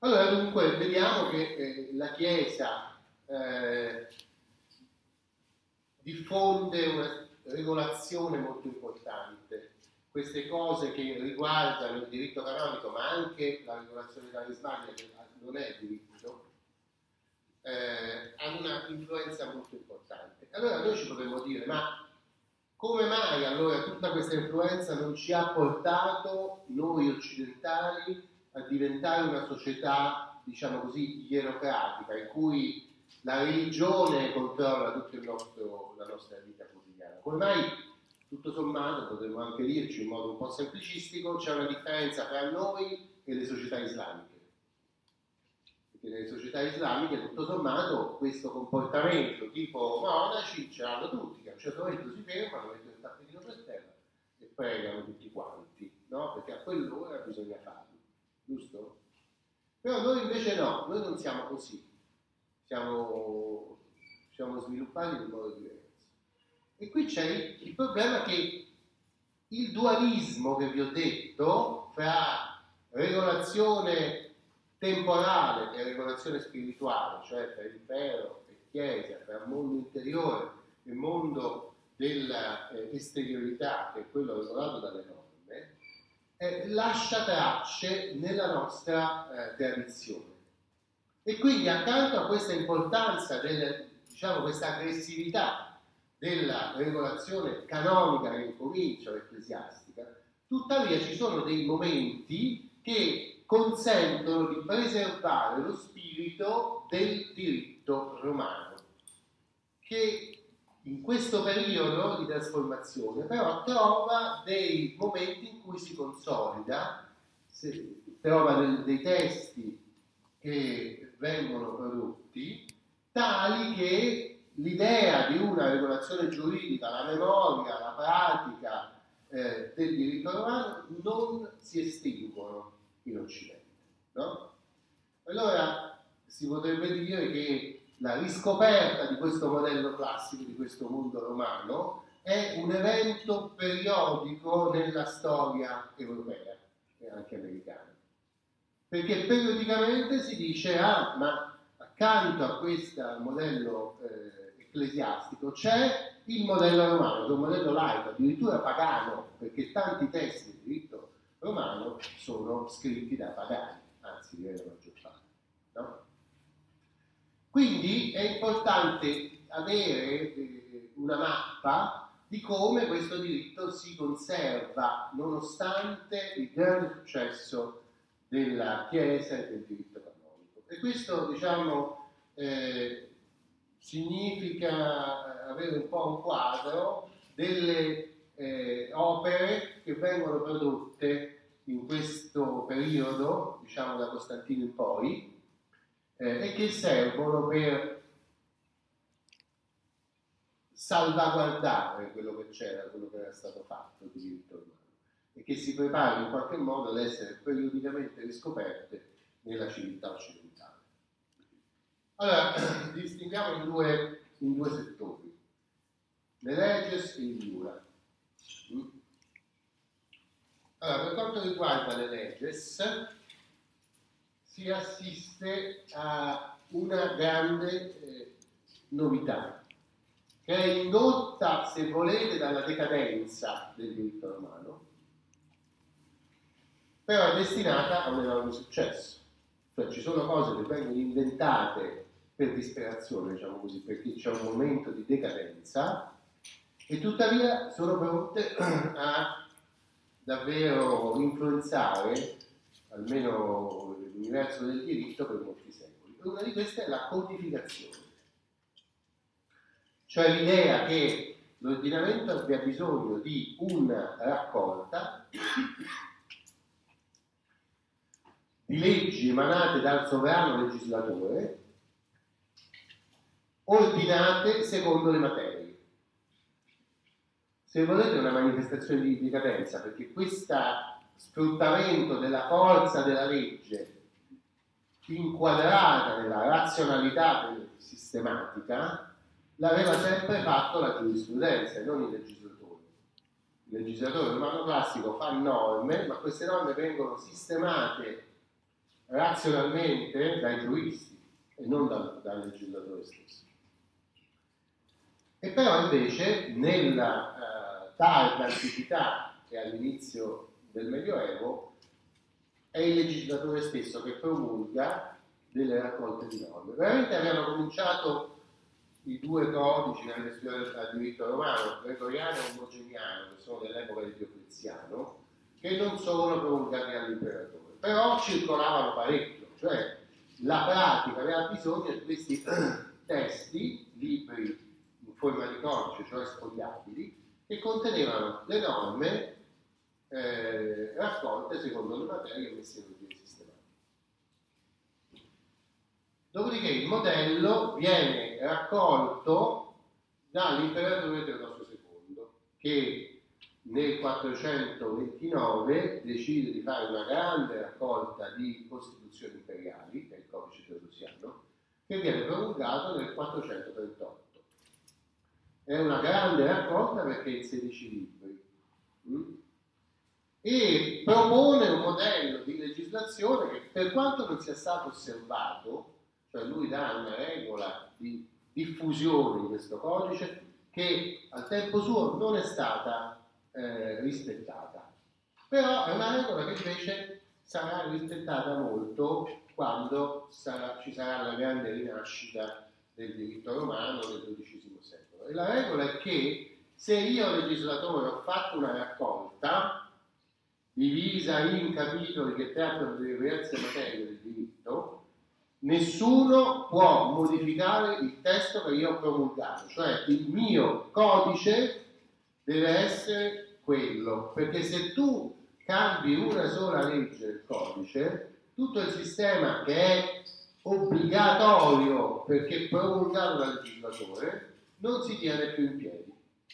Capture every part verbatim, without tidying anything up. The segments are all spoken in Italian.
Allora, dunque, vediamo che eh, la Chiesa eh, diffonde una regolazione molto importante. Queste cose che riguardano il diritto canonico, ma anche la regolazione carismatica, che non è diritto, eh, hanno una influenza molto importante. Allora noi ci potremmo dire, ma come mai allora tutta questa influenza non ci ha portato, noi occidentali, a diventare una società, diciamo così, ierocratica, in cui la religione controlla tutta la nostra vita quotidiana? Come mai, tutto sommato, potremmo anche dirci in modo un po' semplicistico, c'è una differenza tra noi e le società islamiche? Perché nelle società islamiche, tutto sommato, questo comportamento tipo monaci ce l'hanno tutti, che a un certo momento si fermano, mettono il tappetino per terra e pregano tutti quanti, no? Perché a quell'ora bisogna farlo, giusto? Però noi invece no, noi non siamo così, siamo, siamo sviluppati in modo diverso. E qui c'è il, il problema che il dualismo che vi ho detto fra regolazione temporale e regolazione spirituale, cioè tra impero e chiesa, tra mondo interiore e mondo dell'esteriorità, che è quello regolato dalle norme, eh, lascia tracce nella nostra eh, tradizione. E quindi accanto a questa importanza, del, diciamo questa aggressività della regolazione canonica che incomincia l'ecclesiastica, tuttavia ci sono dei momenti che consentono di preservare lo spirito del diritto romano, che in questo periodo di trasformazione però trova dei momenti in cui si consolida, si trova del, dei testi che vengono prodotti tali che l'idea di una regolazione giuridica, la memoria, la pratica eh, del diritto romano non si estinguono in Occidente, no? Allora si potrebbe dire che la riscoperta di questo modello classico, di questo mondo romano, è un evento periodico nella storia europea e anche americana, perché periodicamente si dice, ah, ma accanto a questo modello eh, ecclesiastico c'è il modello romano, che è un modello laico, addirittura pagano, perché tanti testi di diritto romano sono scritti da pagani, anzi direi la maggior parte, no? Quindi è importante avere eh, una mappa di come questo diritto si conserva nonostante il grande successo della Chiesa e del diritto canonico. E questo, diciamo, eh, significa avere un po' un quadro delle eh, opere che vengono prodotte in questo periodo, diciamo da Costantino in poi, eh, e che servono per salvaguardare quello che c'era, quello che era stato fatto di diritto romano, e che si preparano in qualche modo ad essere periodicamente riscoperte nella civiltà occidentale. Allora, distinguiamo in due, in due settori, le leges e il iura. Allora, per quanto riguarda le leges, si assiste a una grande eh, novità, che è indotta, se volete, dalla decadenza del diritto romano, però è destinata a un enorme successo. Cioè ci sono cose che vengono inventate per disperazione, diciamo così, perché c'è un momento di decadenza, e tuttavia sono pronte a davvero influenzare almeno l'universo del diritto per molti secoli. E una di queste è la codificazione, cioè l'idea che l'ordinamento abbia bisogno di una raccolta di leggi emanate dal sovrano legislatore, ordinate secondo le materie. Se volete, una manifestazione di decadenza, perché questo sfruttamento della forza della legge inquadrata nella razionalità sistematica l'aveva sempre fatto la giurisprudenza e non i legislatori. Il legislatore romano classico fa norme, ma queste norme vengono sistemate razionalmente dai giuristi e non dal, dal legislatore stesso. E però invece nella uh, tarda antichità e all'inizio del Medioevo è il legislatore stesso che promulga delle raccolte di norme. Veramente avevano cominciato i due codici che avete studiato al diritto romano, gregoriano e omogeniano, che sono dell'epoca di Diocleziano, che non sono promulgati dall'imperatore, però circolavano parecchio, cioè la pratica aveva bisogno di questi testi, libri in forma di codice, cioè sfogliabili, che contenevano le norme eh, raccolte secondo le materie e messe in ordine sistematico. Dopodiché il modello viene raccolto dall'imperatore Teodosio secondo, che nel quattrocentoventinove decide di fare una grande raccolta di costituzioni imperiali, che è il codice teodosiano, che viene promulgato nel quattrocentotrentotto. È una grande raccolta perché è in sedici libri. Mm? E propone un modello di legislazione che, per quanto non sia stato osservato, cioè lui dà una regola di diffusione di questo codice che al tempo suo non è stata eh, rispettata. Però è una regola che invece sarà rispettata molto quando sarà, ci sarà la grande rinascita del diritto romano nel dodicesimo secolo. E la regola è che se io legislatore ho fatto una raccolta divisa in capitoli che trattano delle diverse materie del diritto, nessuno può modificare il testo che io ho promulgato, cioè il mio codice deve essere quello, perché se tu cambi una sola legge del codice, tutto il sistema che è obbligatorio perché promulgato dal legislatore non si tiene più in piedi.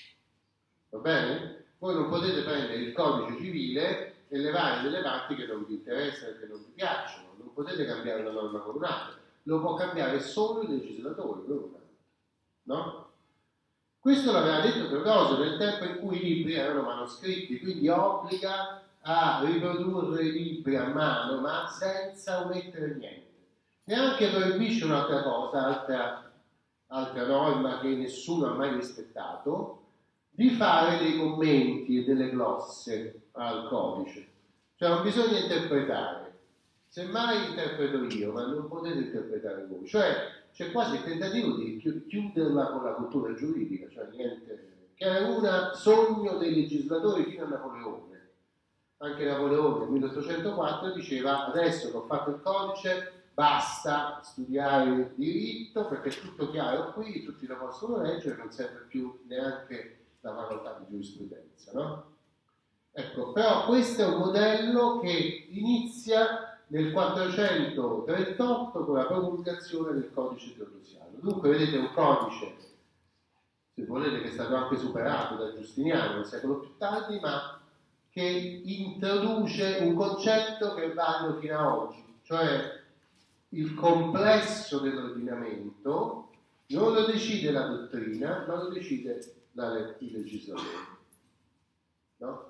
Va bene? Voi non potete prendere il codice civile e levare delle parti che non vi interessano e che non vi piacciono. Non potete cambiare una norma con un'altra, lo può cambiare solo il legislatore, non un altro. No? Questo l'aveva detto Teodosio nel tempo in cui i libri erano manoscritti, quindi obbliga a riprodurre i libri a mano, ma senza omettere niente. Neanche proibisce un'altra cosa, altra, altra norma che nessuno ha mai rispettato, di fare dei commenti e delle glosse al codice. Cioè non bisogna interpretare. Semmai interpreto io, ma non potete interpretare voi. Cioè c'è quasi il tentativo di chiuderla con la cultura giuridica, cioè niente, che era un sogno dei legislatori fino a Napoleone. Anche Napoleone nel milleottocentoquattro diceva: adesso che ho fatto il codice basta studiare il diritto perché è tutto chiaro qui, tutti lo possono leggere, non serve più neanche la facoltà di giurisprudenza, no? Ecco, però questo è un modello che inizia nel quattrocentotrentotto con la promulgazione del codice teodosiano. Dunque vedete un codice, se volete, che è stato anche superato da Giustiniano un secolo più tardi, ma che introduce un concetto che è valido fino a oggi, cioè il complesso dell'ordinamento non lo decide la dottrina, ma lo decide la, il legislatore. No?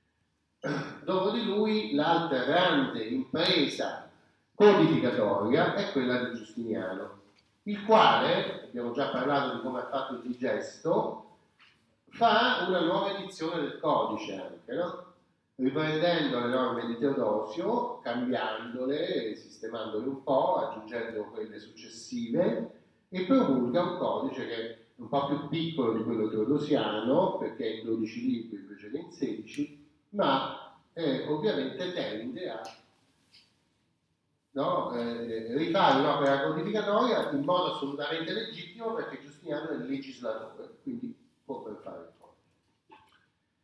Dopo di lui l'altra grande impresa codificatoria è quella di Giustiniano, il quale, abbiamo già parlato di come ha fatto il digesto, fa una nuova edizione del codice anche, no? Riprendendo le norme di Teodosio, cambiandole, sistemandole un po', aggiungendo quelle successive, e promulga un codice che è un po' più piccolo di quello teodosiano, perché è in dodici libri invece che in sedici, ma eh, ovviamente tende a no, eh, rifare un'opera codificatoria in modo assolutamente legittimo, perché Giustiniano è il legislatore, quindi può ben fare.